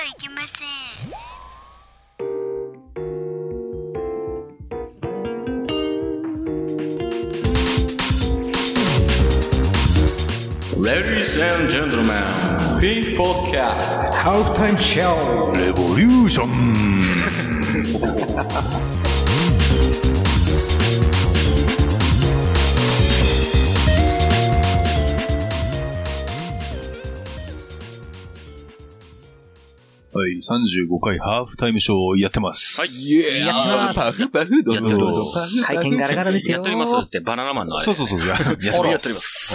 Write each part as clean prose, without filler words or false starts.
ゃいけません。 Ladies and gentlemen, Pink Podcast Half Time Show Revolution はい、35回ハーフタイムショーをやってます。 はい。 やってます。 パフドドド回転ガラガラですよ。 やっておりますってバナナマンのあれ。 そう。やっております。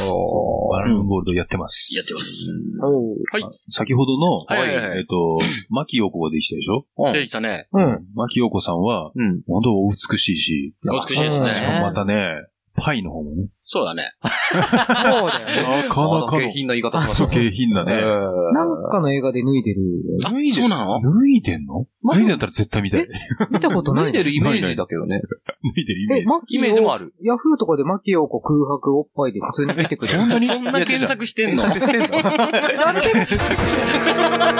バナナボールドやってます。 やってます。 はい。先ほどの、 はい。 牧陽子ができたでしょ？ できたね。 牧陽子さんは、本当お美しいし。 お美しいですね。 またね、パイの方もね。 そうだね。 そうだよね。 なかなかの。 下品な言い方しましょう。 下品だね。 なんかの映画で脱いでる。 あ、そうなの？ 脱いでんの？脱いでんだったら絶対見たい。 見たことない。 脱いでるイメージだけどね。 脱いでるイメージ。 イメージもある。 ヤフーとかで牧陽子空白おっぱいで普通に出てくる。 そんな検索してんの？ 誰でも検索してる。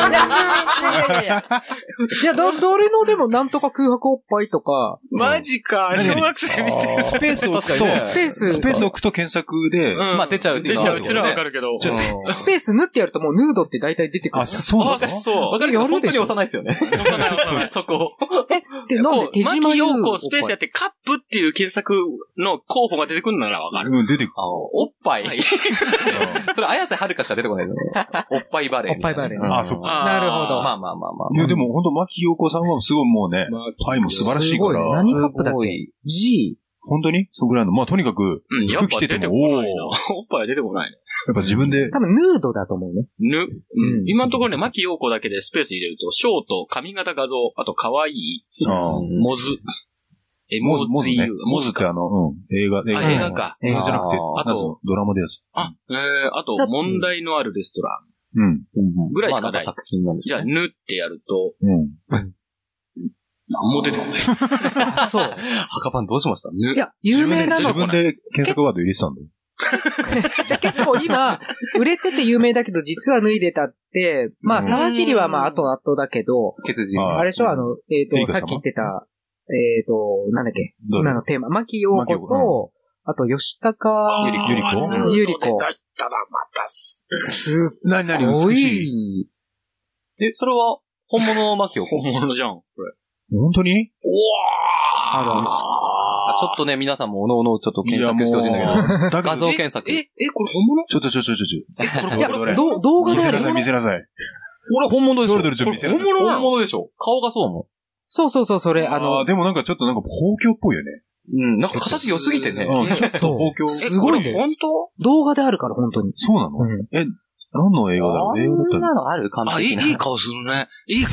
いや、誰のでもなんとか空白おっぱいとか。 マジか。小学生見てる。 スペースを置くと、スペースを置くと検索で、 まあ出ちゃうっていうのはあるけどね。 うちらはわかるけど。 スペース縫ってやるともうヌードって大体出てくる。 あ、そうなの？ そう。 わかるけど本当に幼いですよね。 幼い。 そこ。 で、なんで手島優牧陽子スペースやってカップっていう検索の候補が出てくるならわかる。 出てくる。 おっぱい。それ、綾瀬はるかしか出てこないの。おっぱいバレー。 おっぱいバレー。 あ、そっか。 なるほど。 まあ。 いや、でも本当牧陽子さんはすごいもうね、パイも素晴らしいから。 何カップだっけ？ G。 本当にそうぐらいの。まあ、とにかく、服着てても、 おっぱいは出てこないね。 やっぱ自分で。 多分ヌードだと思うね。 今のところね、牧陽子だけでスペース入れると、ショート、髪型画像、あと可愛い、モズ。 モズって映画。 映画か。 映画じゃなくて、 あと、 ドラマでやつ。 あと、問題のあるレストラン。 ぐらいしかない。 作品なんですじゃあ、ぬってやると、何も出てこない。 そう。 墓パンどうしました？ いや、有名なの。 自分で検索ワード入れてたんだよ。 じゃあ結構今、売れてて有名だけど、実は脱いでたって、まあ、沢尻はまあ、後々だけど、あれでしょ、さっき言ってた、なんだっけ、今のテーマ、牧陽子と、あと、吉高由里子。 だったらまたすっごい。 それは、本物の牧陽子？ 本物じゃん、これ。 本当に？ ある。 ちょっとね、皆さんもおのおのちょっと検索してほしいんだけど。画像検索。 これ本物？ ちょ。 これ動画である。 見せなさい。 これ本物でしょ。 本物でしょ。顔がそうもん。 そう、それ、 でもなんかちょっとなんか包協っぽいよね。 なんか形良すぎてね。 ちょっと包協。 すごいね。 本当？ 動画であるから、本当に。 そうなの？何の映画だろう？映画だったそんなのある？完璧な。 いい顔するね。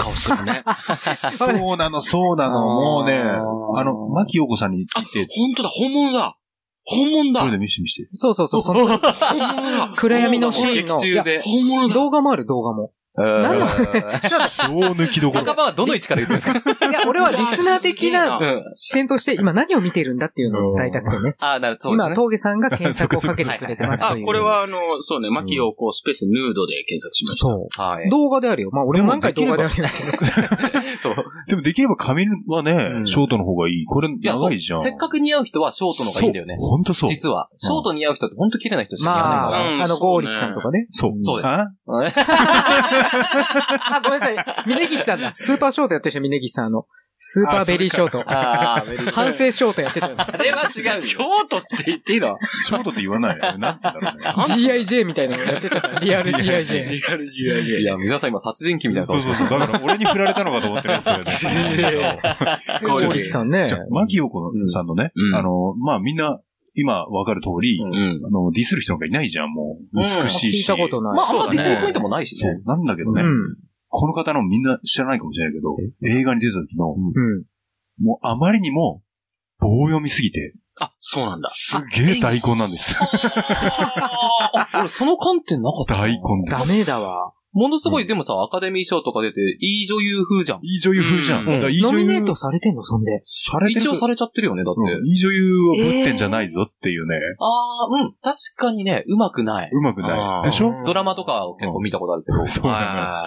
そうなの。もうね、牧陽子さんについて。 本当だ、本物だ。これで見せて。 そう。暗闇のシーンの。 劇中で。 本物だ。 動画もある、動画も。何の小抜きどころ。 墓場はどの位置から言ってるんですか？ いや、俺はリスナー的な視点として今何を見てるんだっていうのを伝えたくてね。 なるほど。 今、峠さんが検索をかけてくれてますという。 これはそうね、牧陽子スペースヌードで検索しました。 そう。動画であるよ。まあ俺も何回動画であるよ。 そう。でもできれば髪はね、ショートの方がいい。これ長いじゃん。 せっかく似合う人はショートの方がいいんだよね。 ほんとそう。 実は。ショート似合う人ってほんと綺麗な人しかいないから。ゴーリキさんとかね。 そうです。 ごめんなさい。峯岸さんだ。スーパーショートやってる人、峯岸さんスーパーベリーショート。反省ショートやってたよ。 あれは違う。ショートって言っていいの？ ショートって言わないよ。なんつうんだろうね。 GIJ みたいなのやってたじゃん。リアル GIJ。 リアル GIJ。 いや、皆さん今殺人鬼みたいな顔してる。 そう。だから俺に振られたのかと思ってるんですよね。 ゴーリキさんね。 牧陽子さんのね、まあみんな、今わかる通り、ディスる人なんかいないじゃん、もう。美しいし。 聞いたことない。 まあ、あんまディスるポイントもないしね。 そう、なんだけどね。この方のみんな知らないかもしれないけど、映画に出た時の、もうあまりにも棒読みすぎて、 そうなんだ。 すげえ大根なんです。 俺その観点なかった。 大根です。 ダメだわ。 ものすごい、でもさ、アカデミー賞とか出て、いい女優風じゃん。 いい女優風じゃん。 ノミネートされてんのそんで。 一応されちゃってるよね、だって。 いい女優をぶってんじゃないぞっていうね。 確かにね、うまくない。 うまくない。でしょ？ ドラマとかを結構見たことあるけど。 そうだね。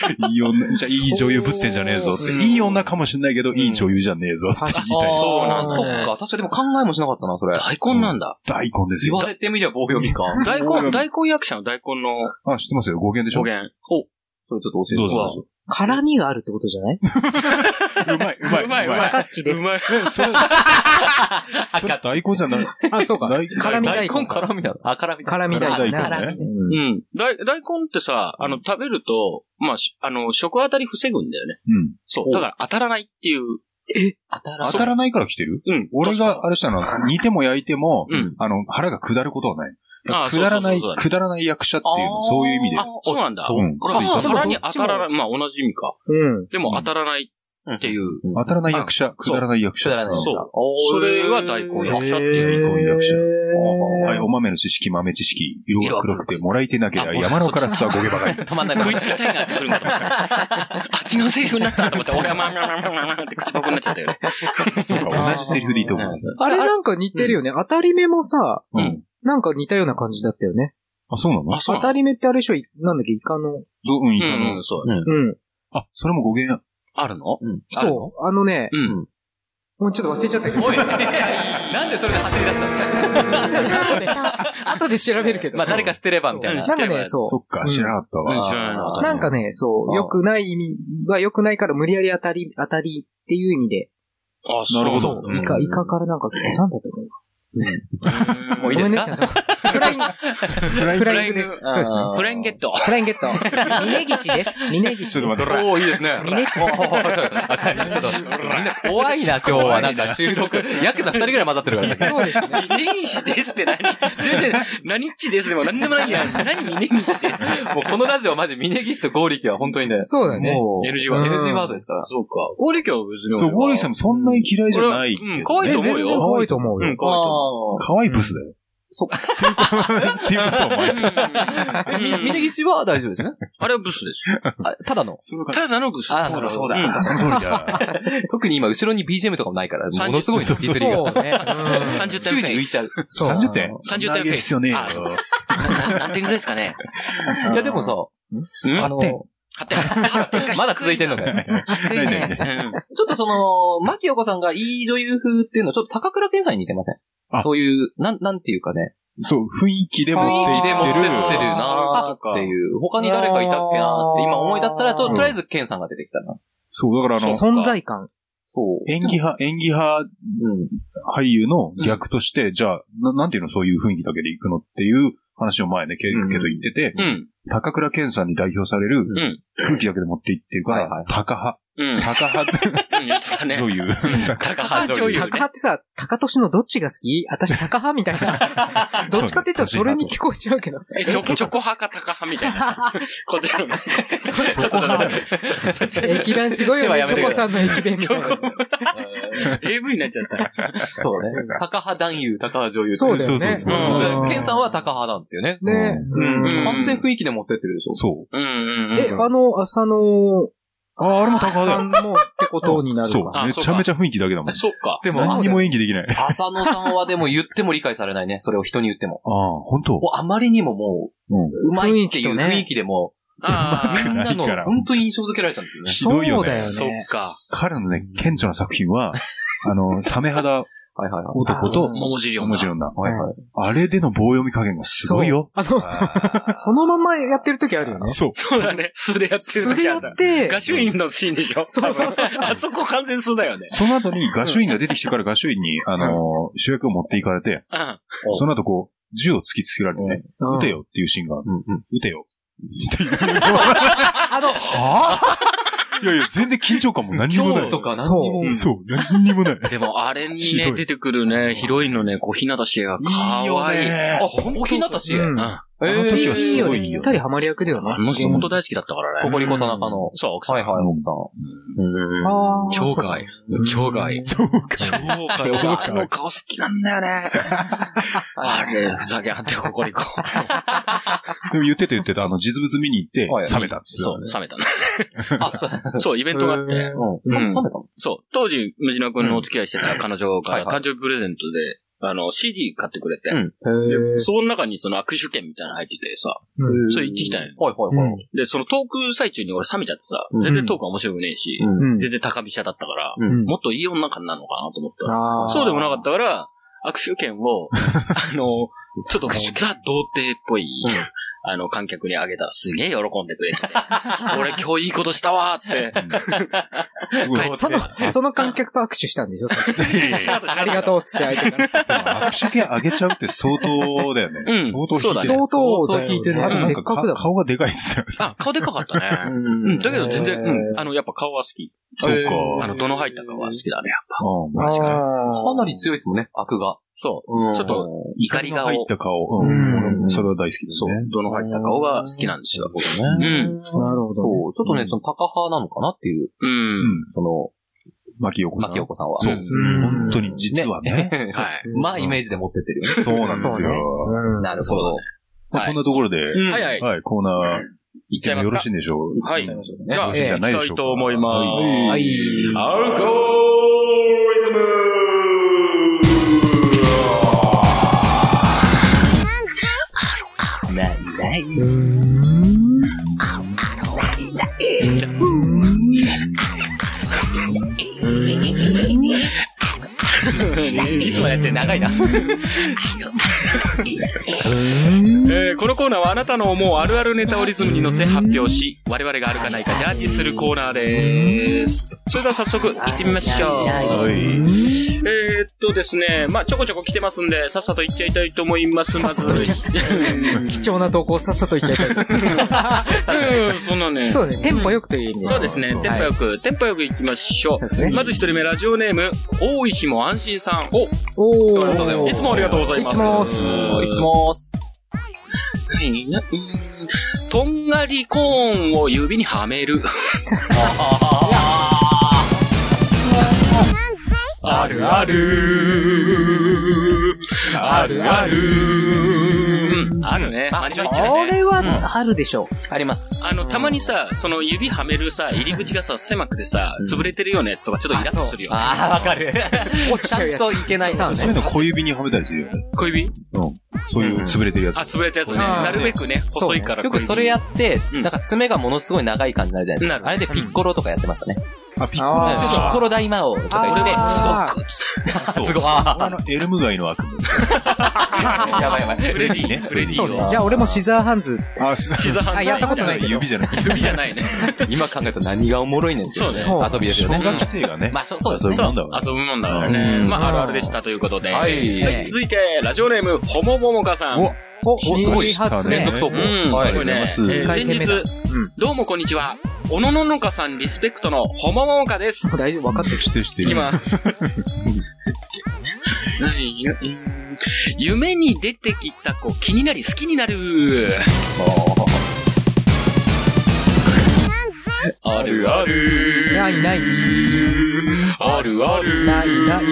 いい女、じゃあいい女優ぶってんじゃねえぞって。いい女かもしんないけど、いい女優じゃねえぞって言いたい。 そうなんそっか。確かにでも考えもしなかったな、それ。 大根なんだ。 大根ですよ。 言われてみりゃ棒読みか。 大根役者の大根の。 あ、知ってますよ。語源でしょ。 語源。 それちょっと教えてどうぞ。 辛味があるってことじゃない？ うまい。 赤っちです。 うまい。 それ大根じゃない。 あ、そうか。辛味大根。 辛味だ。あ、辛味大根。 辛味ね。 うん。大根ってさ、食べると、まあ、食当たり防ぐんだよね。 うん。 そう。だから当たらないっていう。 当たらないから来てる？うん。俺があれしたのは、煮ても焼いても、腹が下ることはない。下らない役者っていうの、そういう意味で。 あ、そうなんだ。腹に当たらない、まあ同じ意味か。うん。でも当たらないっていう。 当たらない役者、下らない役者。 そう。それは大根役者っていう。 大根役者。はい、お豆の知識、豆知識、色が黒くてもらいてなければ山のカラスはゴゲバがいい。 止まんない。 食いつきたいなってくるんだと思った。あ、違うセリフになったと思って、俺はまあって口パクになっちゃったよね。 そうか、同じセリフでいいと思う。 あれなんか似てるよね。当たり目もさ、なんか似たような感じだったよね。 あ、そうなの？ 当たり目ってあれでしょ？なんだっけ、イカの。 そう、イカの。 そう。 あ、それも語源あるの？ そう。もうちょっと忘れちゃったけど。 おい、なんでそれで走り出したの？後で調べるけど。 まあ誰か知ってればみたいな。 なんかね、そう。 そっか、知らなかったわ。 知らなかった。 なんかね、そう、良くない意味は良くないから無理やり当たりっていう意味で。 あ、なるほど。 イカからなんか、なんだったかな。 もういいですか？ フライングです。そうですね。 フラインゲット。 フラインゲット。峯岸です。峯岸。 ちょっと待って。 おー、いいですね。 峯岸。 みんな怖いな、今日は。なんか収録。ヤクザ2人ぐらい混ざってるからね。 そうですね。 峯岸ですって全然、何っちですでも何でもないやん。何峯岸です。 もうこのラジオマジ峯岸と剛力は本当にね。 そうだね。 NG ワードですから。 そうか。剛力は別に。 そう、剛力さんもそんなに嫌いじゃない。 可愛いと思うよ。 可愛いと思うよ。 可愛いブスだよ。 そっか。 っていうことはお前。 峯岸は大丈夫ですね。 あれはブスです。 ただの。 ただのブス。 あ、そうだ。 その通りだ。 特に今後ろに BGM とかもないから、ものすごいディスリが。 そうね。 30点浮いちゃう。 30点 ?30 点フェイス。 ですよね。 何点ぐらいですかね。 いやでもさ、 8点。 まだ続いてんのかよ。ちょっと牧陽子さんがいい女優風っていうのはちょっと高倉健さんに似てません？そういう、なんていうかね。 そう、雰囲気で持ってってるなーっていう。他に誰かいたっけなーって今思い出したら、とりあえず健さんが出てきたな。 そう、だから存在感。 そう。演技派俳優の逆として、じゃあ、なんていうの、そういう雰囲気だけで行くのっていう話を前ね、ケイケと言ってて、高倉健さんに代表される空気だけで持って行ってるから、高派。高派女優。 高派女優。 高派ってさ、高俊のどっちが好き？私高派みたいな。どっちかって言ったらそれに聞こえちゃうけど。 チョコ派か高派みたいなさ。こっちの。 チョコ派。駅弁すごいよね、チョコさんの駅弁みたいな。 AV になっちゃった。 そうね。高派男優、高派女優。 そうだよね。 健さんは高派なんですよね。 ね。 完全雰囲気で持ってってるでしょ。 そう。 浅野、 あれも高派だよ。 さんもってことになるか。 そう。めちゃめちゃ雰囲気だけだもん。 そうか。 でも何にも演技できない。 浅野さんはでも言っても理解されないね。それを人に言っても。 ああ、本当。 あまりにももう、うまいっていう雰囲気でも、みんなの本当に印象付けられちゃうんだよね。 ひどいよね。 そっか。 彼のね、顕著な作品は、サメ肌男と、 桃尻女。あれでの棒読み加減がすごいよ。 そのままやってる時あるよね。 そうだね。素でやってる時ある。 素でやって、 画集院のシーンでしょ。そう。あそこ完全素だよね。 その後に画集院が出てきてから画集院に、主役を持っていかれて、その後こう、銃を突きつけられてね、撃てよっていうシーンが、撃てよ。っていう。いやいや、全然緊張感も何にもない。 恐怖とか何にも。 そう、何にもない。 でも、あれにね、出てくるね、ヒロインのね、小日向茂がかわいい。 小日向茂あの時はすごいぴったりハマり役だよね。 あの人本当大好きだったからね。 ココリコ田中の。 そう、奥さん。 はい、奥さん。 超可愛い。超可愛い。あの顔好きなんだよね。あれ、ふざけあってココリコ。 でも言ってた、実物見に行って、冷めたんですよ。そう、冷めたね。そう、イベントがあって。冷めたの？ そう。当時、ムジナ君のお付き合いしてた彼女から誕生日プレゼントで、 CD 買ってくれて。で、その中にその握手券みたいなの入っててさ、それ行ってきたんよ。で、そのトーク最中に俺冷めちゃってさ、全然トークは面白くねえし、全然高飛車だったから、もっといい女になるのかなと思ったら、そうでもなかったから、握手券を、ちょっとザ・童貞っぽい、観客にあげたらすげえ喜んでくれて、俺今日いいことしたわーつって。 その観客と握手したんでしょありがとうっつって相手から。 握手券あげちゃうって相当だよね。相当引いてる。 せっかくだ。顔がでかいっすよ。 顔でかかったね。だけど全然、やっぱ顔は好き。 そうか。 度の入った顔は好きだね、やっぱ。 マジか。かなり強いですもんね、悪が。 そう。ちょっと、怒り顔。 入った顔。それは大好きですね。 度の入った顔が好きなんですよ、僕ね。 なるほど。 ちょっとね、その高派なのかなっていう。その、 牧陽子さんは。 そう。本当に実はね。 はい。まあ、イメージで持ってってるよね。 そうなんですよ。 なるほど。 こんなところで、はい、コーナー、 いっちゃいますか？ よろしいんでしょう？ はい。じゃあ、行きたいと思います。 はい。 アルコーリズムいつもやって長いな。 このコーナーはあなたの思うあるあるネタをリズムに乗せ発表し、我々があるかないかジャッジするコーナーです。それでは早速行ってみましょう。ですね、まあちょこちょこ来てますんで、さっさと行っちゃいたいと思います。まず。 貴重な投稿さっさと行っちゃいたい。 そんなね。 そうね、テンポよくという意味で。 そうですね、テンポよく行きましょう。まず一人目、ラジオネーム、多い日も安心さん。いつもありがとうございます。 いつもとんがりコーンを指にはめる。あるある。あるある。あるね。 あれはあるでしょう。 あります。 たまにさ、その指はめるさ、入り口がさ、狭くてさ、潰れてるようなやつとかちょっとイラッとするよ。 わかる。落ちちゃうやつ。ちゃんといけないそういうの小指にはめたりするよね。 小指？ そういう潰れてるやつ。 潰れたやつね。なるべくね、細いから。 よくそれやって、なんか爪がものすごい長い感じになるじゃないですか。あれでピッコロとかやってましたね。 ピッコロ大魔王とか言って、 すごい。エルム街の悪夢。 やばい。 フレディね。フレディを。じゃあ俺もシザーハンズ。 シザーハンズ。 やったことないけど。 指じゃない。 指じゃないね。 今考えると何がおもろいねんっていう遊びですよね。 小学生がね。 まあそうです。 遊ぶもんだからね。まああるあるでしたということで。はい。続いて、ラジオネーム、ほもももかさん。 すごい。連続投稿。 はい。先日、どうもこんにちは。おのののかさんリスペクトのほもももかです。 大丈夫、分かってる。 してる。 いきます。夢に出てきた子気になり好きになる。あるある。 ない。 あるある。 ない。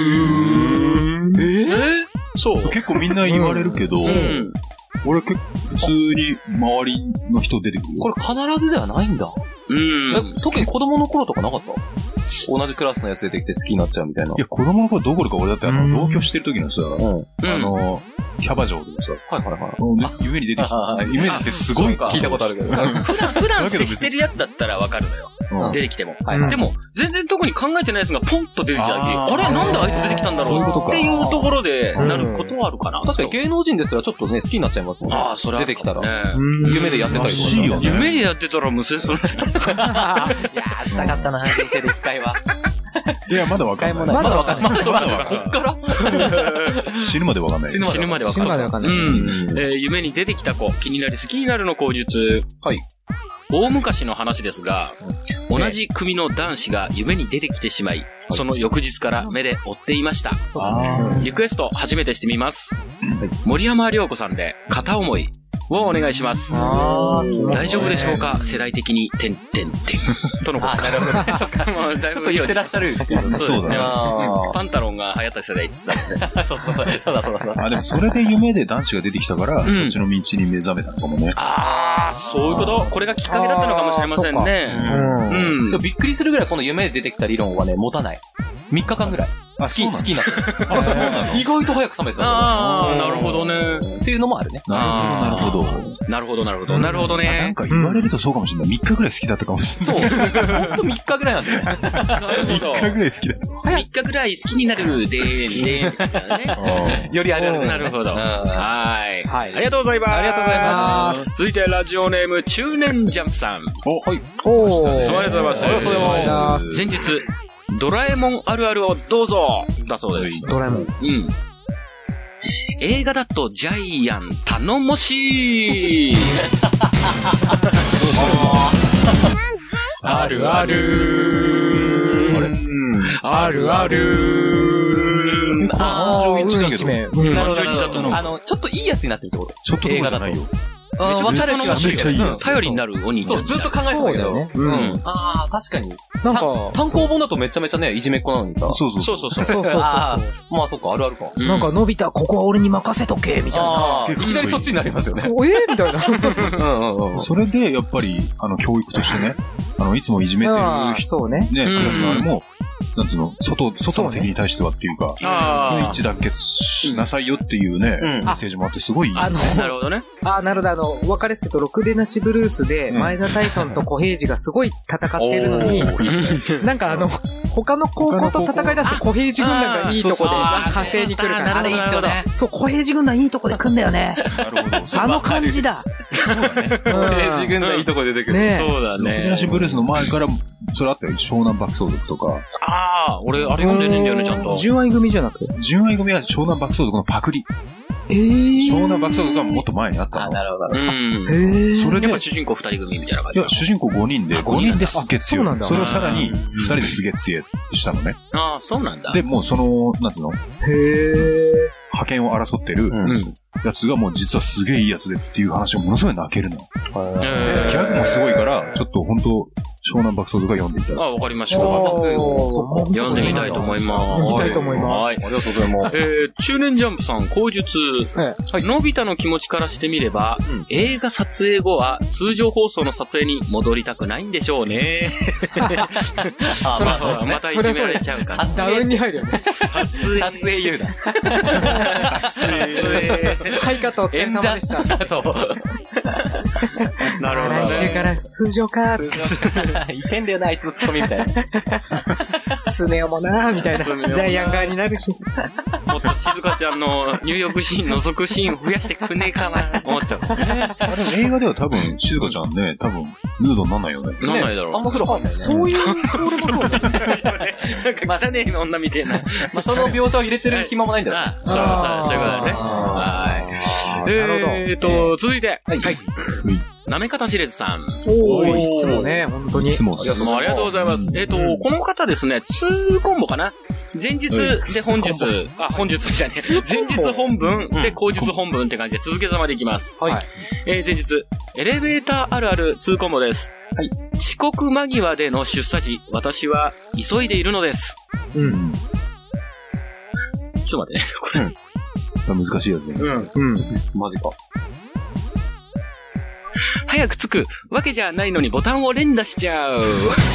そう。 結構みんな言われるけど、俺結構普通に周りの人出てくるよ。 これ必ずではないんだ。特に子供の頃とかなかった？同じクラスのやつ出てきて好きになっちゃうみたいな。 いや、子供の頃どころか俺だって同居してる時のさ、キャバ嬢とかさ、夢に出てきた。夢に出てすごい聞いたことあるけど。 普段接してるやつだったらわかるのよ。出てきても。でも、全然特に考えてないやつがポンと出てきた時、あれなんであいつ出てきたんだろうっていうところでなることはあるかな。 確かに芸能人ですらちょっとね、好きになっちゃいますもんね。それ出てきたら。夢でやってたりとか。 夢でやってたら無線それ。いやしたかったな、人生で一回は。 いや、まだわかんない。 まだわかんない。こっから死ぬまでわかんない。 死ぬまでわかんない。夢に出てきた子、気になり好きになるの口述。はい。大昔の話ですが、同じ組の男子が夢に出てきてしまい、その翌日から目で追っていました。リクエスト初めてしてみます。森山良子さんで片思いをお願いします。大丈夫でしょうか世代的に、とのこと。 なるほどね。そっか。ちょっと言ってらっしゃる。 そうですね。パンタロンが流行った世代って言ってたんで。 そうだ。 でもそれで夢で男子が出てきたから、そっちの道に目覚めたのかもね。 そういうこと？これがきっかけだったのかもしれませんね。 びっくりするぐらいこの夢で出てきた理論はね、持たない。 3日間ぐらい。好きになった。意外と早く冷めてた。 なるほどね。 っていうのもあるね。 なるほどね。 なんか言われるとそうかもしれない。3日ぐらい好きだったかもしれない。 そう。ほんと3日ぐらいなんだよ。 なるほど。 3日ぐらい好きだ。 3日ぐらい好きになるよりある。 なるほど。はい。ありがとうございます。 ありがとうございます。 続いてラジオネーム中年ジャンプさん。 はい。 ありがとうございます。先日、ドラえもんあるあるをどうぞだそうです。 ドラえもん。 映画だとジャイアン頼もしい。あるある。あるある。 満場一致だけど。 なるほど。ちょっといいやつになってるってこと？ ちょっと映画じゃないよ。 わかる気がするけど。 頼りになるお兄ちゃん。 そう、ずっと考えてたけど。ああ、確かに。なんか、単行本だとめちゃめちゃね、いじめっ子なのにさ。 そう。 まあそっか、あるあるか。 なんか、のび太、ここは俺に任せとけ、みたいな。 いきなりそっちになりますよね。 みたいな。 それで、やっぱり、教育としてね、いつもいじめてる人、ね、クラスのあれも、なんつうの、外の敵に対してはっていうか、一致団結しなさいよっていうね、メッセージもあってすごい。 なるほどね。 なるほど、分かりやすく言うと、ろくでなしブルースで、前田大尊と小平次がすごい戦っているのに、なんか他の高校と戦い出すと小平次軍団がいいとこで火星に来るから。 あれいいっすよね。 そう、小平次軍団いいとこで来んだよね。 なるほど。 あの感じだ。 小平次軍団いいとこで出てくる。 そうだね。 ろくでなしブルースの前から、それあったよ。湘南爆走族とか。 俺、あれ読んでるんだよね、ちゃんと。 純愛組じゃなくて純愛組は湘南爆走族のパクリ。湘南爆走族がもっと前にあったの。 なるほど。 それで。 やっぱ主人公2人組みたいな感じ。 いや、主人公5人で、5人ですげえ強い。それをさらに2人ですげえ強いしたのね。 そうなんだ。 で、もうなんていうの？覇権を争ってるやつがもう実はすげえいいやつでっていう話がものすごい泣けるの。ギャグもすごごいから、ちょっと本当湘南爆走族が読んでいただわかりました。読んでみたいと思います。 読みたいと思います。 はい。ありがとうございます。中年ジャンプさん、口述。のび太の気持ちからしてみれば、映画撮影後は通常放送の撮影に戻りたくないんでしょうね。またいじめられちゃうから。 ダウンに入るよね。 撮影言うな。 撮影。はい、カットお疲れ様でした。 なるほどね。 来週から通常かーって。いてんだよな、あいつのツッコミみたいな。 スネ夫もなーみたいな。ジャイアン側になるし。 もっと静香ちゃんの入浴シーン、覗くシーン増やしてくんねえかな、思っちゃう。 でも映画では多分、静香ちゃんね、多分、ヌードになんないよね。 なんないだろう。 あんま風呂入んないね。 そういう、それもそうね。 なんか汚ねえ女みたいな。 まあ、その描写を入れてる暇もないんだよ。 そういうことだね。はい。続いて。はい。なめかたしれずさん。 いつもね、本当に。 いつも。ありがとうございます。この方ですね、2コンボかな。前日で本日、本日じゃねえ。前日本文で後日本文って感じで続けざまでいきます。はい。前日、エレベーターあるある2コンボです。はい。遅刻間際での出社時、私は急いでいるのです。ちょっと待ってね、これ。 難しいやつね。 マジか。 早く着くわけじゃないのにボタンを連打しちゃう。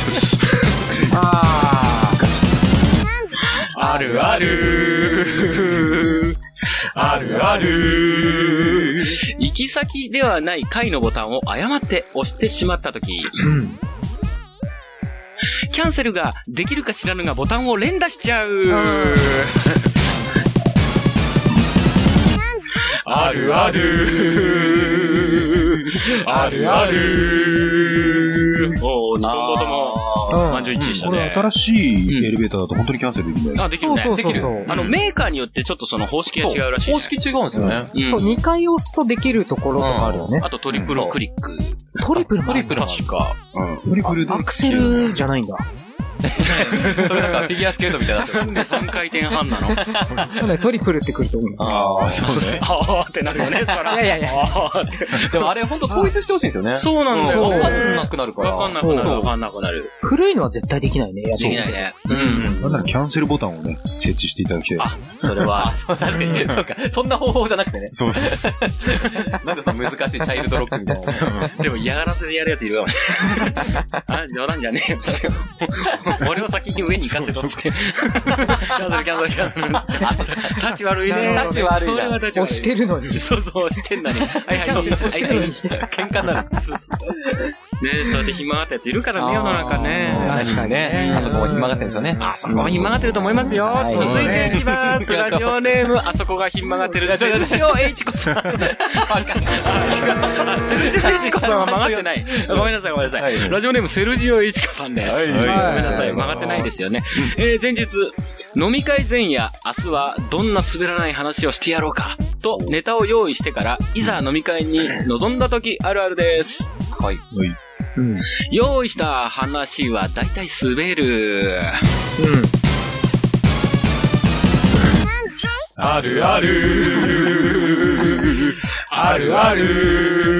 あるある。あるある。行き先ではない階のボタンを誤って押してしまったとき、キャンセルができるか知らぬがボタンを連打しちゃう。あるある。あるある。2本とも満場一致でしたね。 これ新しいエレベーターだと本当にキャンセルできるんだよ。 できるね。できる。メーカーによってちょっとその方式が違うらしい。 方式違うんですよね。 そう、2回押すとできるところとかあるよね。 あとトリプルクリック。 トリプル確か。 トリプルアクセルじゃないんだ。 それなんかフィギュアスケートみたいな。 なんで3回転半なの？ トリプルってくると思う。 ああ、そうね。 ってなるよね、そら。 いや。 でもあれ本当統一してほしいんですよね。 そうなんだよ。 わかんなくなるから。 わかんなくなる。 古いのは絶対できないね。 できないね。 なんならキャンセルボタンをね、設置していただきたい。 それは。 確かに。そうか。そんな方法じゃなくてね。 そう。 なんかその難しいチャイルドロックみたいな。 でも嫌がらせでやるやついるかもしれない。冗談じゃねえよ。 俺を先に上に行かせろっつって。キャンセル。タチ悪いね。 タチ悪いな。 押してるのに。 そう、押してんのに。はい。 喧嘩になる。 ねえ、それで暇がったやついるからね、世の中ね。 確かにね。あそこも暇がってるんですよね。 あそこも暇がってると思いますよ。続いていきます。ラジオネーム、あそこが暇がってる。セルジオ・エイチコさん。セルジオ・エイチコさんは曲がってない。ごめんなさい。ラジオネーム、セルジオ・エイチコさんです。ごめんなさい。曲がってないですよね。前日、飲み会前夜、明日はどんな滑らない話をしてやろうか、とネタを用意してから、いざ飲み会に臨んだ時あるあるです。 はい。 用意した話は大体滑る。 あるある。あるある。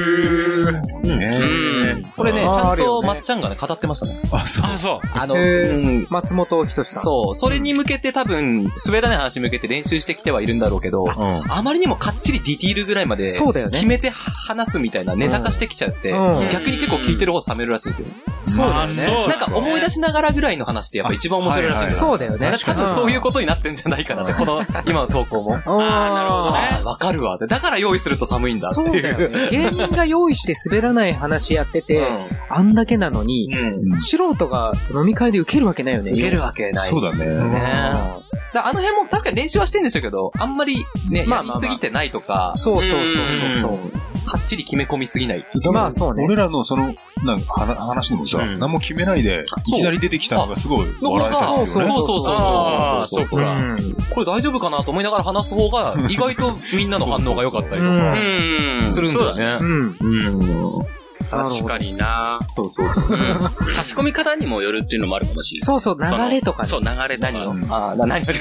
これね、ちゃんとまっちゃんがね、語ってましたね。 あ、そう。 松本人志さん。 そう、それに向けて多分、滑らない話に向けて練習してきてはいるんだろうけど、あまりにもかっちりディティールぐらいまで、決めて話すみたいなネタ化してきちゃって、逆に結構聞いてる方冷めるらしいんですよ。 そうだよね。 なんか思い出しながらぐらいの話ってやっぱ一番面白いらしいんですよ。 そうだよね。 多分そういうことになってんじゃないかなって、この今の投稿も。 なるほどね。 わかるわ。だから用意すると寒いんだっていう。 芸人が用意して滑らない話やってて、あんだけなのに、素人が飲み会で受けるわけないよね。 受けるわけない。 そうだね。 あの辺も確かに練習はしてんでしょうけど、あんまりね、やりすぎてないとか。 そう。 かっちり決め込みすぎない。 まあそうね。 俺らのその、話でもさ、何も決めないで、いきなり出てきたのがすごい笑えた。 そう。これ大丈夫かなと思いながら話す方が、意外とみんなの反応が良かったりとか、するんだよね。 確かにな。 そう。 差し込み方にもよるっていうのもあるかもしれない。 そう、流れとかね。 そう、流れとか。 何をそっち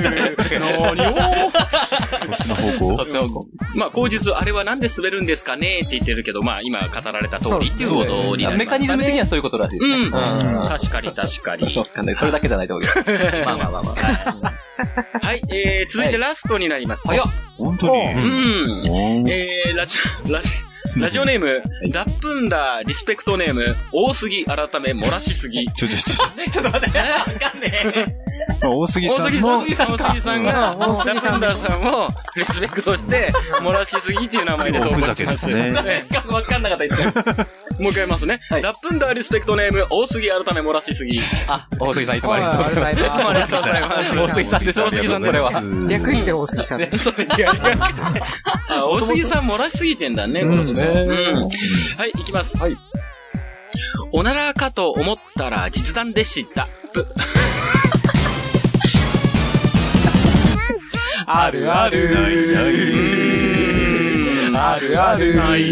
の方向まあ、後日、あれはなんで滑るんですかねって言ってるけど、まあ、今語られた通りっていうことになります。 メカニズム的にはそういうことらしいですね。 確かに。 それだけじゃないと思うけど。まあ。 はい、続いてラストになります。 早っ。 本当にラジオネーム、ダップンダーリスペクトネーム、大杉改め漏らしすぎ。 ちょっと待って、わかんねえ。 大杉さんが、 ダップンダーさんをリスペクトして、漏らしすぎっていう名前で投稿してます。 わかんなかった一瞬。 もう一回言いますね。ダップンダーリスペクトネーム、大杉改め漏らしすぎ。 大杉さんいつもありがとうございます。大杉さんでしょ、大杉さんこれは。 略して大杉さんです。 大杉さん漏らしすぎてんだね、この人。はい、いきます。はい。おならかと思ったら実弾でした。 あるある。 ない。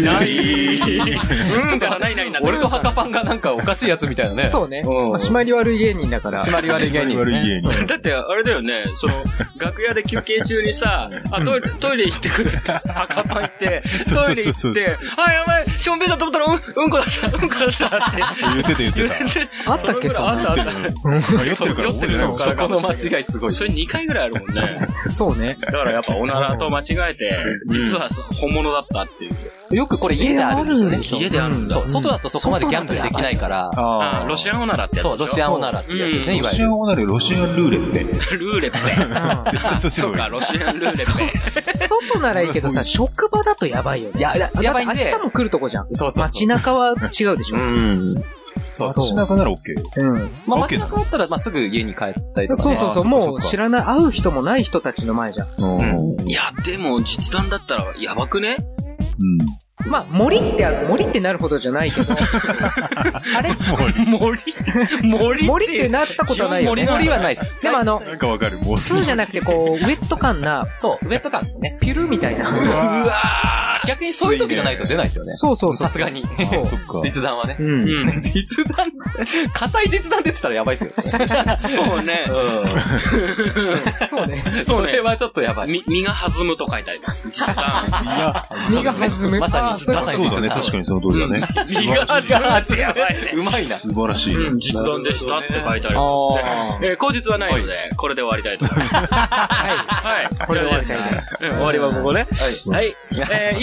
俺とハカパンがなんかおかしいやつみたいなね。 そうね。締まり悪い芸人だから。 締まり悪い芸人ですね。 だってあれだよね、楽屋で休憩中にさ、トイレ行ってくるって、ハカパン行って、トイレ行って、あ、やばい、ションベンだと思ったらうんこだったって。 言ってた。 あったっけ、そんな。 酔ってるから、 そこの間違いすごい。 それ2回ぐらいあるもんね。 そうね。 だからやっぱおならと間違えて、実は本物だったっていう。 よくこれ家であるんですよね。家であるんだ。 そう、外だとそこまでギャンブルできないから。 ロシアンオナラってやつ。 そう、ロシアンオナラってやつですね、いわゆる。 ロシアンオナラ、ロシアンルーレッペ。 ルーレッペ。そうか、ロシアンルーレッペ。 外ならいいけどさ、職場だとやばいよね。 やばいんで。 明日も来るとこじゃん。 そう。 街中は違うでしょ。 街中なら OK。 まあ街中だったら、すぐ家に帰ったりとか。 そう。もう知らない、会う人もない人たちの前じゃん。 いや、でも実弾だったらやばくね？ まあ、森ってなるほどじゃないけど。あれ森ってなったことはないよね。 森はないです。 でもなんかわかる。 普通じゃなくてこう、ウェット感な。 そう、ウェット感ね。 ピュルみたいな。 うわー。逆にそういう時じゃないと出ないですよね。 そう。 さすがに。 そう。 実弾はね。実弾、硬い実弾出てたらやばいですよね。 そうね。 そうね。 それはちょっとやばい。 身が弾むと書いてあります。実弾。 身が弾む。 まさに。 そうだね、確かにその通りだね。 身が弾む。やばいね。 うまいな。 素晴らしい。 実弾でしたって書いてありますね。口実はないので、これで終わりたいと思います。はい。 これで終わりたいね。 終わりはここね。はい。以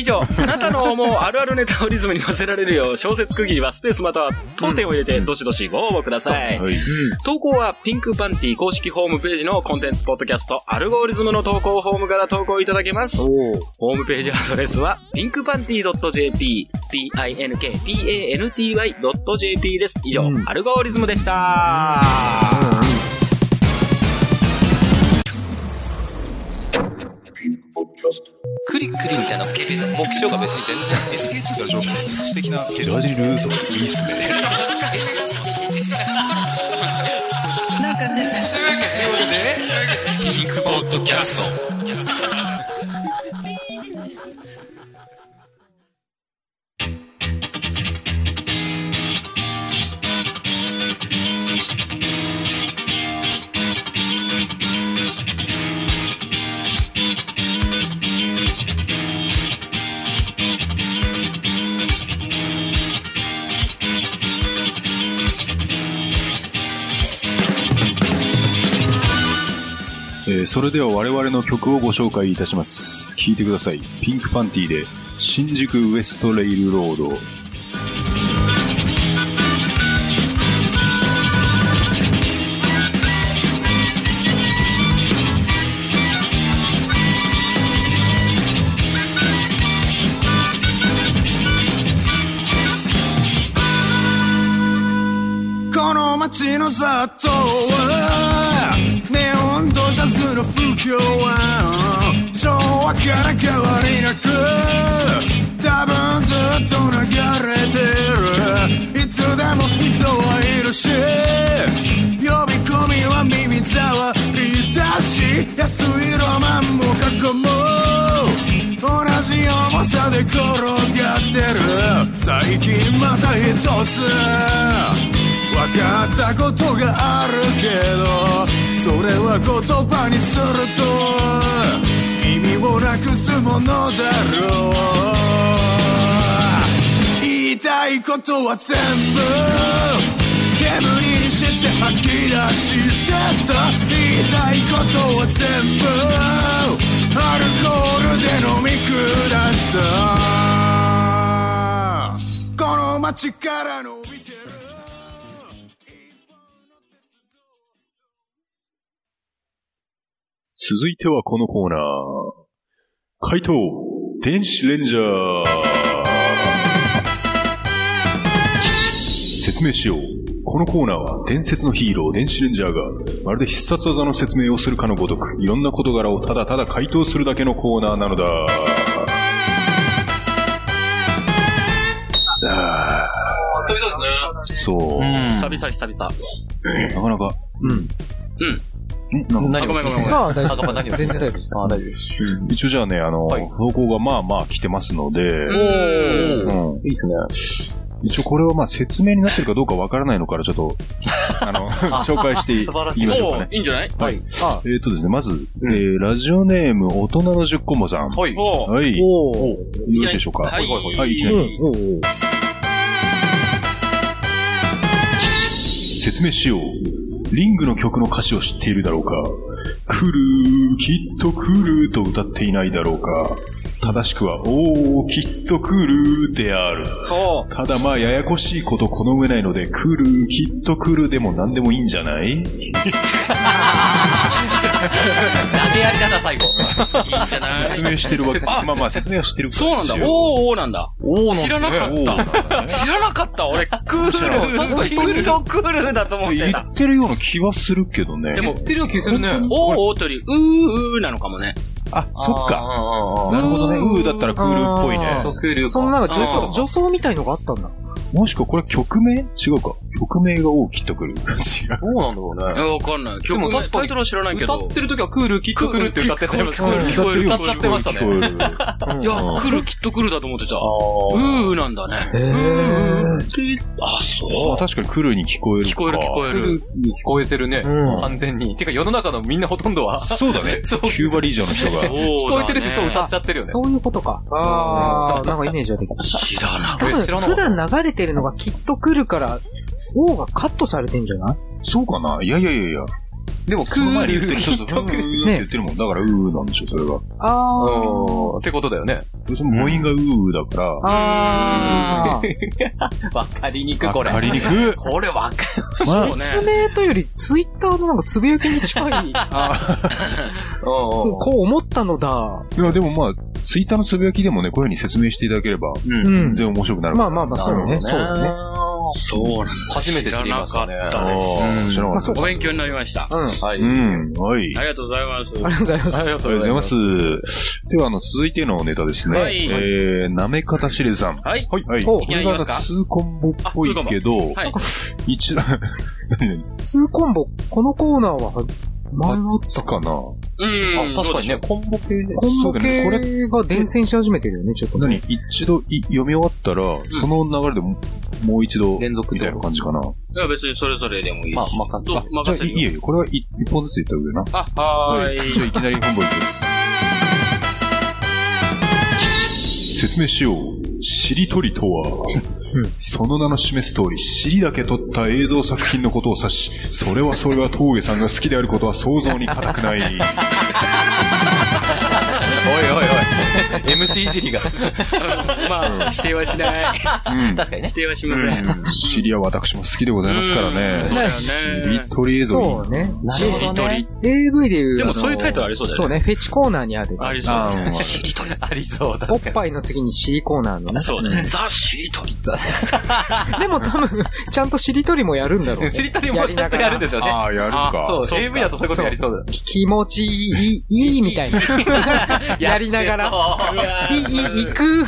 上、あなたの思うあるあるネタをリズムに乗せられるよう、小説区切りはスペースまたは当点を入れて、どしどしご応募ください。投稿はピンクパンティ公式ホームページのコンテンツポッドキャスト、アルゴリズムの投稿フォームから投稿いただけます。ホームページアドレスは、pinkpanty.jp、pinkpanty.jp です。以上、アルゴリズムでした。 クリクリみたいな目標が別に全然 SK2 から素敵なジャージルーソースいいっすね。 なんかね、ピンクポッドキャスト。 それでは我々の曲をご紹介いたします。聴いてください。ピンクパンティで新宿ウエストレイルロード。 この街の雑踏はネオンとジャズの風景は昭和から変わりなく多分ずっと流れてる。いつでも人はいるし呼び込みは耳障りだし安いロマンも過去も同じ重さで転がってる。最近また一つ分かったことがあるけどそれは言葉にすると意味をなくすものだろう。言いたいことは全部煙にして吐き出してた。言いたいことは全部アルコールで飲み下した。この街からの続いてはこのコーナー。怪盗電子レンジャー。説明しよう。このコーナーは伝説のヒーロー電子レンジャーがまるで必殺技の説明をするかのごとくいろんな事柄をただただ回答するだけのコーナーなのだ。 久々ですね。 そう。 久々。 なかなか。 ごめん。 全然大丈夫です。 大丈夫です。 一応じゃあね、投稿がまあまあ来てますので、 いいですね。 一応これはまあ説明になってるかどうかわからないのからちょっと、紹介していきましょうかね。 いいんじゃない？ はい。ですね、まず、ラジオネーム大人の10コンボさん。はい。はい。よろしいでしょうか？はい。はい、いきなり。説明しよう。リングの曲の歌詞を知っているだろうか？来る、きっと来ると歌っていないだろうか？正しくは、きっと来るである。ただまあ、ややこしいことこの上ないので、来る、きっと来るでも何でもいいんじゃない？投げやりだな、最後。 いいんじゃない？ 説明してるわけ。まあまあ、説明はしてるから。 そうなんだ。なんだ。知らなかった。知らなかった。俺、クール。確かにきっとクールだと思ってた。 言ってるような気はするけどね。 でも、 言ってるような気するね。 というより、なのかもね。 あ、そっか。なるほどね。だったらクールっぽいね。 そのなんか女装みたいのがあったんだ。 もしくはこれ曲名？違うか。曲名がきっと来る。違う。 どうなんだろうね。 わかんない。曲名、タイトルは知らないけど。 歌ってる時はクール、きっと来るって歌ってたよ。歌っちゃってましたね。 いや、来る、きっと来るだと思ってた。なんだね。あ、そう。 確かに来るに聞こえる。 聞こえる。 来るに聞こえてるね。完全に。てか世の中のみんなほとんどは。 そうだね。9割以上の人が。 聞こえてるし、そう歌っちゃってるよね。 そういうことか。なんかイメージはできた。 知らなかった。普段流れてるのがきっと来るから、O がカットされてんじゃない？ そうかな？いや。 でも、クール言ってる、そうそう、言ってるもん。だから、なんでしょう、それが。 ってことだよね。 その母音がだから。 わかりにく、これ。 わかりにく。 これわかる。 説明というより、ツイッターのなんかつぶやきに近い。こう思ったのだ。 いや、でもまあ、ツイッターのつぶやきでもね、こういう風に説明していただければ、全然面白くなる。 まあ、そうね。そうだね。 そうなんだ。 初めて知りましたね。 お勉強になりました。 はい。 はい。 ありがとうございます。 ありがとうございます。 ありがとうございます。では、続いてのネタですね。なめかたしれずさん。 はい。 これが2コンボっぽいけど、 2コンボ、このコーナーは、前あったかな。 確かにね、コンボ系ね。 コンボ系が伝染し始めてるよね、ちょっと。 一度読み終わったら、その流れでもう一度、連続みたいな感じかな。いや、別にそれぞれでもいいし。 任せる。 じゃあ、いいよ。これは一本ずつ言った上でな。 はい。 じゃあ、いきなり本部行きます。説明しよう。しりとりとは、その名の示す通り、尻だけ撮った映像作品のことを指し、それは峠さんが好きであることは想像に難くない。おいおいおい。MC いじりが。 まあ、否定はしない。 確かにね。 否定はしません。 尻は私も好きでございますからね。 そうだよね。 しりとり映像。 そうね。 しりとり。 AV でいう。 でもそういうタイトルありそうだよね。 そうね。フェチコーナーにある。 ありそうだね。 しりとりありそう。 おっぱいの次に尻コーナーのね。 そうね。ザ・しりとり。 でも多分、ちゃんとしりとりもやるんだろうね。 しりとりもちゃんとやるんでしょうね。 ああ、やるか。 そう、AV だとそういうことやりそうだ。 気持ちいいみたいな。やりながら。行く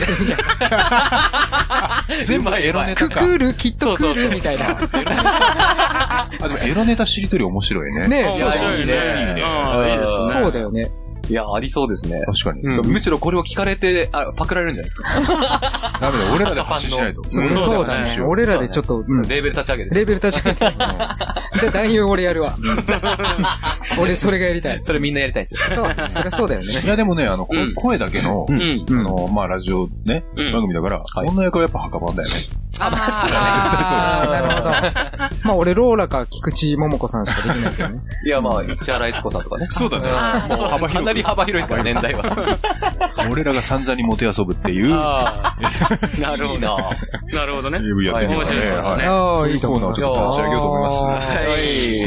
全部エロネタか。 来るきっと来るみたいな。 でもエロネタしりとり面白いね。 ねえ、 そういいね。 いいですね。 そうだよね。 いや、ありそうですね。 確かに。 むしろこれを聞かれて、パクられるんじゃないですか。 ダメだ、俺らで発信しないと。 そうだね。俺らでちょっと、 レーベル立ち上げて。 レーベル立ち上げて。じゃあ男優俺やるわ。俺それがやりたい。 それみんなやりたいですよ。 そう、そりゃそうだよね。 いやでもね、声だけの、まあラジオね、番組だから、女役はやっぱ墓場だよね。 なるほど。まあ俺ローラか菊池桃子さんしかできないけどね。 いやまあ、市原悦子さんとかね。 そうだね。 もうかなり幅広いから年代は。 俺らが散々にモテ遊ぶっていう。 なるほど。なるほどね。 AV やってみますね。 面白いですね。 そういうコーナーをちょっと立ち上げようと思います。 はい。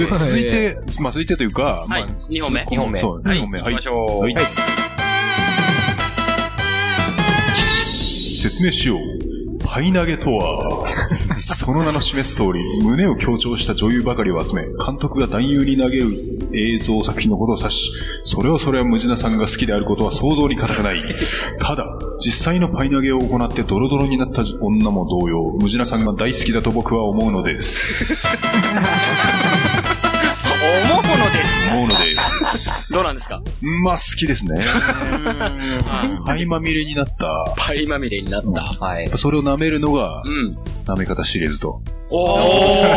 続いて、続いてというか、 はい。2本目。 そう、2本目。はい。 行きましょう。 説明しよう。パイ投げとは、その名の示す通り、胸を強調した女優ばかりを集め、監督が男優に投げる映像作品のことを指し、それはムジナさんが好きであることは想像に難くない。ただ、実際のパイ投げを行ってドロドロになった女も同様、ムジナさんが大好きだと僕は思うのです。 思うので。 どうなんですか？ まあ、好きですね。パイまみれになった。 パイまみれになった。 はい。 それを舐めるのが、舐め方シリーズと。 おー、うまいですね。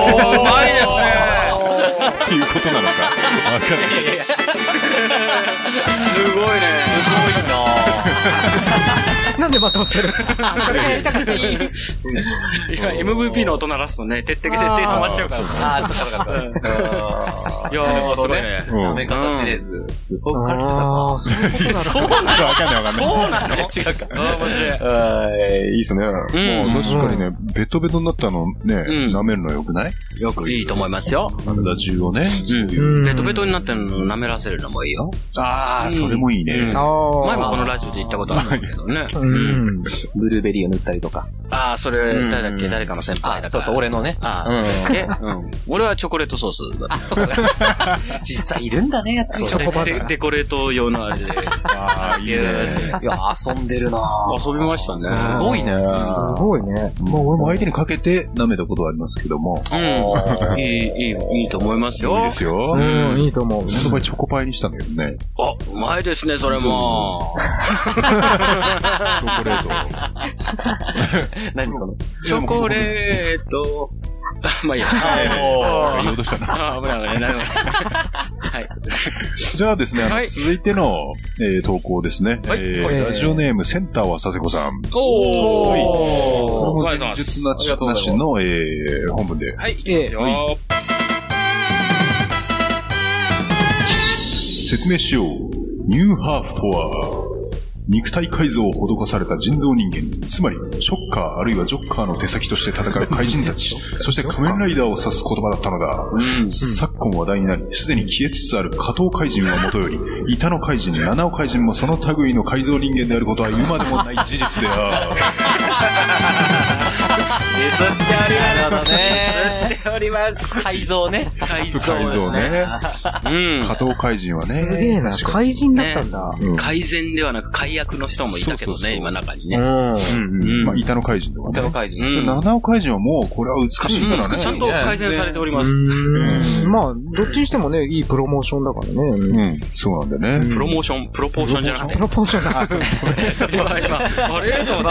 っていうことなのか。わかんない。 すごいね。すごいななんでまた押せる？それがやりたかった。 今 MVP の音鳴らすとね、てってけてって止まっちゃうから。 そうか。 いやー、すごいね。 舐め方シリーズ。そっから来たか。 そういうことなのか。 わかんない。 そうなの？違うか。面白い。 いいっすね。もう確かにね、ベトベトになったのね、舐めるのよくない？ よくいいと思いますよ。 体中をね。 ベトベトになってるのを舐めらせるのもいいよ。 ああ、それもいいね。 前もこのラジオで言ったことあるんだけどね。 ブルーベリーを塗ったりとか。 ああ、それ、誰だっけ？誰かの先輩だから。 そう、俺のね。 俺はチョコレートソースだった。 そうか。実際いるんだね、やつ。 デコレート用のあれで。 ああ、いいね。 いや、遊んでるな遊びましたね。 すごいね。 すごいね。 まあ、俺も相手にかけて舐めたことはありますけども。 いいと思いますよ。 いいですよ。 いいと思う。 その場合チョコパイにしたんだけどね。 あ、うまいですね、それも。 チョコレート。 何このチョコレート。まあいいや。 言おうとしたな。 危ない。はい。 じゃあですね、続いての投稿ですね。ラジオネームセンターは佐世子さん。 おー。 これも前述なしの本文で。 はい、いきますよ。 説明しよう。ニューハーフとは、肉体改造を施された人造人間、つまりショッカーあるいはジョッカーの手先として戦う怪人たち、そして仮面ライダーを指す言葉だったのだ。昨今話題になり、すでに消えつつある下等怪人はもとより、板の怪人、七尾怪人もその類の改造人間であることは言うまでもない事実である。 ディスっております。ディスっております。改造ね。 改造ね。下等怪人はね。 すげえな、怪人だったんだ。 改善ではなく改悪の人もいたけどね、今中にね。 まあ、板の怪人とかね。 板の怪人。 七尾怪人はもう、これは美しいからね。 ちゃんと改善されております。 まあ、どっちにしてもね、いいプロモーションだからね。 そうなんだよね。 プロモーション、プロポーションじゃなくて。 プロポーションだ。あ、そうですね。 ちょっと今、あれと思って。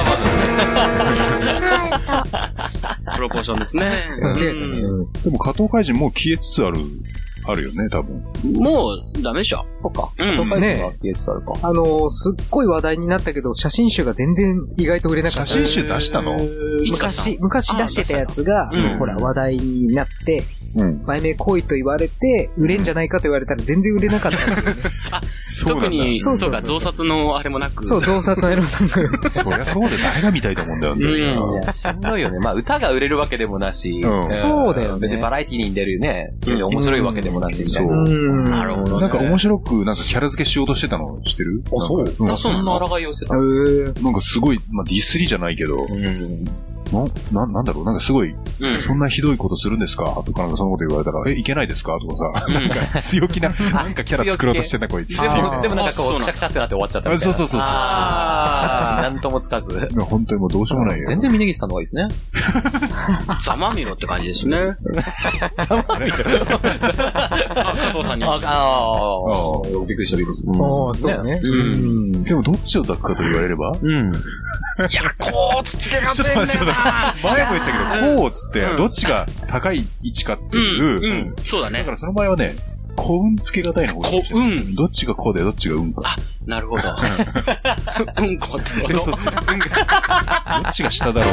プロポーションですね。 でも、加藤怪人もう消えつつあるよね、多分。 もう、ダメでしょ。 そうか。加藤怪人は消えつつあるか。 すっごい話題になったけど、写真集が全然意外と売れなかった。 写真集出したの？ 昔出してたやつが、ほら、話題になって、売名行為と言われて、売れんじゃないかと言われたら全然売れなかったんだよね。 特に、そうか、増刷のあれもなく。 そう、増刷のあれもなく。 そりゃそうで誰が見たいと思うんだよね。 いや、しんどいよね。まあ、歌が売れるわけでもなし。 そうだよね。 別にバラエティに出るね、面白いわけでもなし、みたいな。 なるほど。 なんか面白く、なんかキャラ付けしようとしてたの知ってる？ あ、そう。そんな抗いをしてた。 なんかすごい、まあ、ディスりじゃないけど、なんだろう、なんかすごい、そんなひどいことするんですかとかなんかそのこと言われたら、いけないですかとかさ、なんか強気な、なんかキャラ作ろうとしてんな、こいつ。 でもなんかこう、くしゃくしゃってなって終わっちゃったみたいな。 そう。 なんともつかず。 本当にもうどうしようもないよ。 全然峯岸さんの方がいいですね。 ざまみろって感じですね。 ざまみろ加藤さんに。 びっくりした。 そうだね。 でもどっちを抱くかと言われればいや、こうつつけがってんねんな。 前も言ってたけど、こうつって、どっちが高い位置かっていう。 そうだね。 だからその場合はね、こうんつけがたいの方がいい。どっちがこうでどっちがうんか。 あ、なるほど。うんこってこと。 そう。どっちが下だろ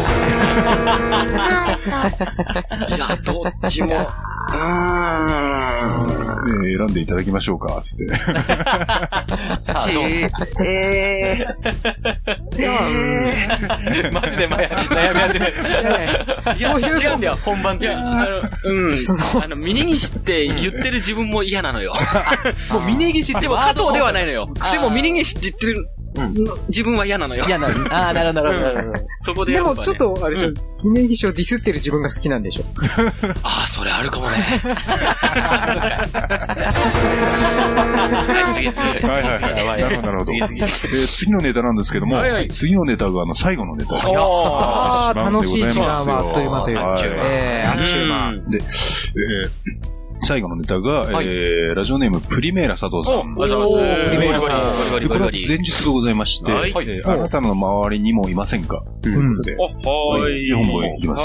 う。いや、どっちも。 選んでいただきましょうか、つって。 マジで悩み始める。 そう違うんだよ、本番中。峯岸って言ってる自分も嫌なのよ。もう峯岸って加藤ではないのよ。でも峯岸って言ってる自分は嫌なのよ。 嫌なの。ああ、なるほど。 そこで。 でもちょっと、あれでしょ、峯岸をディスってる自分が好きなんでしょ。 ああ、それあるかもね。 なるほど。次のネタなんですけども、次のネタが最後のネタ。 ああ、楽しい時間はあっという間という。あっちゅう間。 で、最後のネタが、ラジオネームプリメーラ佐藤さん。 ありがとうございます。プリメーラさん。 これは前日でございまして、あなたの周りにもいませんかということで、4本いきます。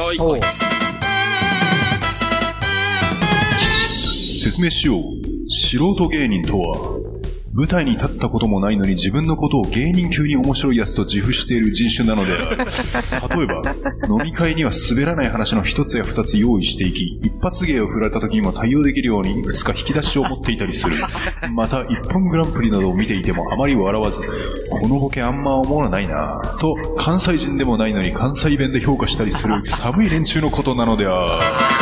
説明しよう。素人芸人とは、舞台に立ったこともないのに自分のことを芸人級に面白いやつと自負している人種なのである。例えば、飲み会には滑らない話の一つや二つ用意していき、一発芸を振られた時にも対応できるようにいくつか引き出しを持っていたりする。また、一本グランプリなどを見ていてもあまり笑わず、このボケあんま思わないなぁ、と、関西人でもないのに関西弁で評価したりする寒い連中のことなのである。 わかるわ、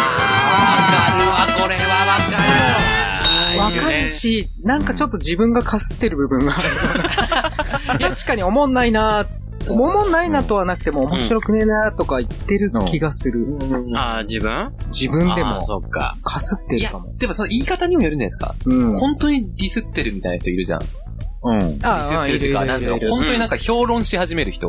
これはわかる。 わかるし、なんかちょっと自分がかすってる部分がある。確かに思んないなとはなくても面白くねえなとか言ってる気がする。 ああ、自分でも。 そっか。 かすってるかも。 でもその言い方にもよるんじゃないですか。本当にディスってるみたいな人いるじゃん。ディスってるっていうか、なんだろう、本当になんか評論し始める人。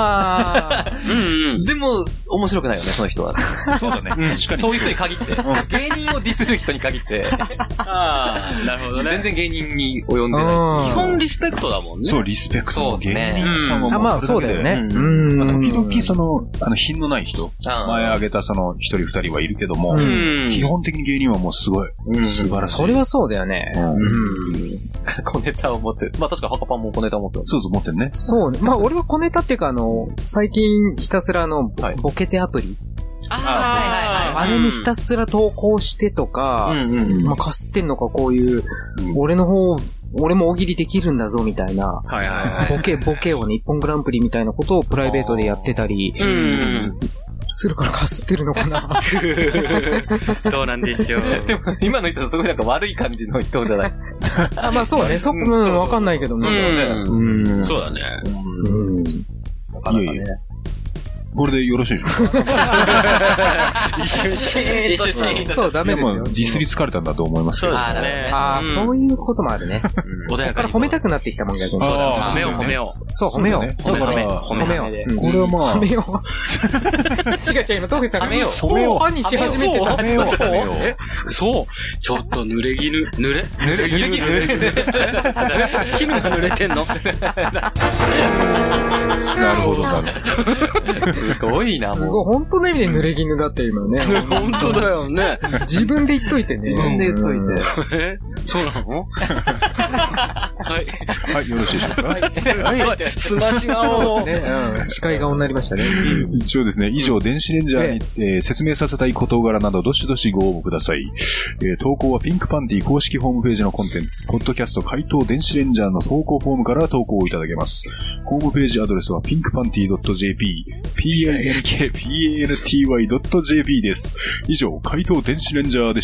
でも、面白くないよね、その人は。 そうだね。確かに。 そういう人に限って。芸人をディスる人に限って。 ああ、なるほどね。 全然芸人に及んでない。 基本リスペクトだもんね。 そう、リスペクト。芸人さんはもう。 まあ、そうだよね。 時々品のない人。前挙げた一人二人はいるけども、基本的に芸人はもうすごい。素晴らしい。 それはそうだよね。 小ネタを持ってる。まあ確かハカパンも小ネタを持ってる。 そう、持ってるね。 そうね。まあ俺は小ネタっていうか最近ひたすらボケてアプリ。あれにひたすら投稿してとか、まあかすってんのかこういう、俺の方俺も大喜利できるんだぞみたいな、ボケをね、一本グランプリみたいなことをプライベートでやってたり、するからかすってるのかな。 どうなんでしょう。 でも今の人すごいなんか悪い感じの人じゃないですか。 まあそうね、わかんないけどね。 そうだね。 いやいや。これでよろしいでしょうか。 一瞬シーンとして。 そう、ダメですよ。 実に疲れたんだと思いますよ。そうだね。 そういうこともあるね。 穏やかに。 褒めたくなってきたもんね。 そうだ、褒めよう。 そう、褒めよう。 褒めよう。 これはまあ。 褒めよう。違う、今、東口さんが褒めよう。ファンにし始めてた。 褒めよう。そう。ちょっと濡れ絹。濡れ絹が濡れてんの？ なるほど、なるほど。 すごいな、もう。 すごい、本当の意味で濡れ衣だって今ね。 本当だよね。 自分で言っといてね。 自分で言っといて。そうなの？はい。 はい、よろしいでしょうか。はい。 すまし顔。 視界顔になりましたね。 一応ですね、以上、電子レンジャーに説明させたい事柄など、どしどしご応募ください。投稿はピンクパンティ公式ホームページのコンテンツ、ポッドキャスト回答電子レンジャーの投稿フォームから投稿をいただけます。ホームページアドレスは pinkpanty.jp、pinkpanty.jp です。以上、回答電子レンジャーでした。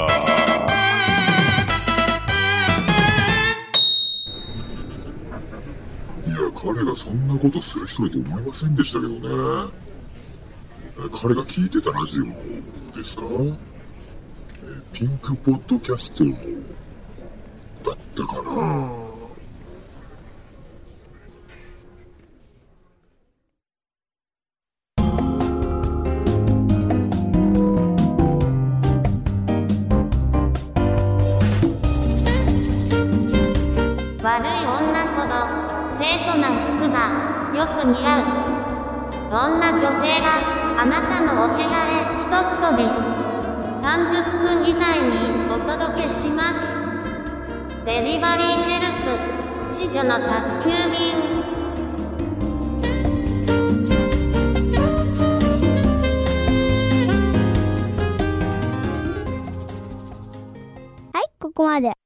いや、彼がそんなことする人だと思いませんでしたけどね。彼が聞いてたラジオですか？ピンクポッドキャストだったかな。 悪い女ほど清楚な服がよく似合う。そんな女性があなたのお部屋へひとっ飛び。30分以内にお届けします。デリバリーヘルス、子女の宅急便。 はい、ここまで。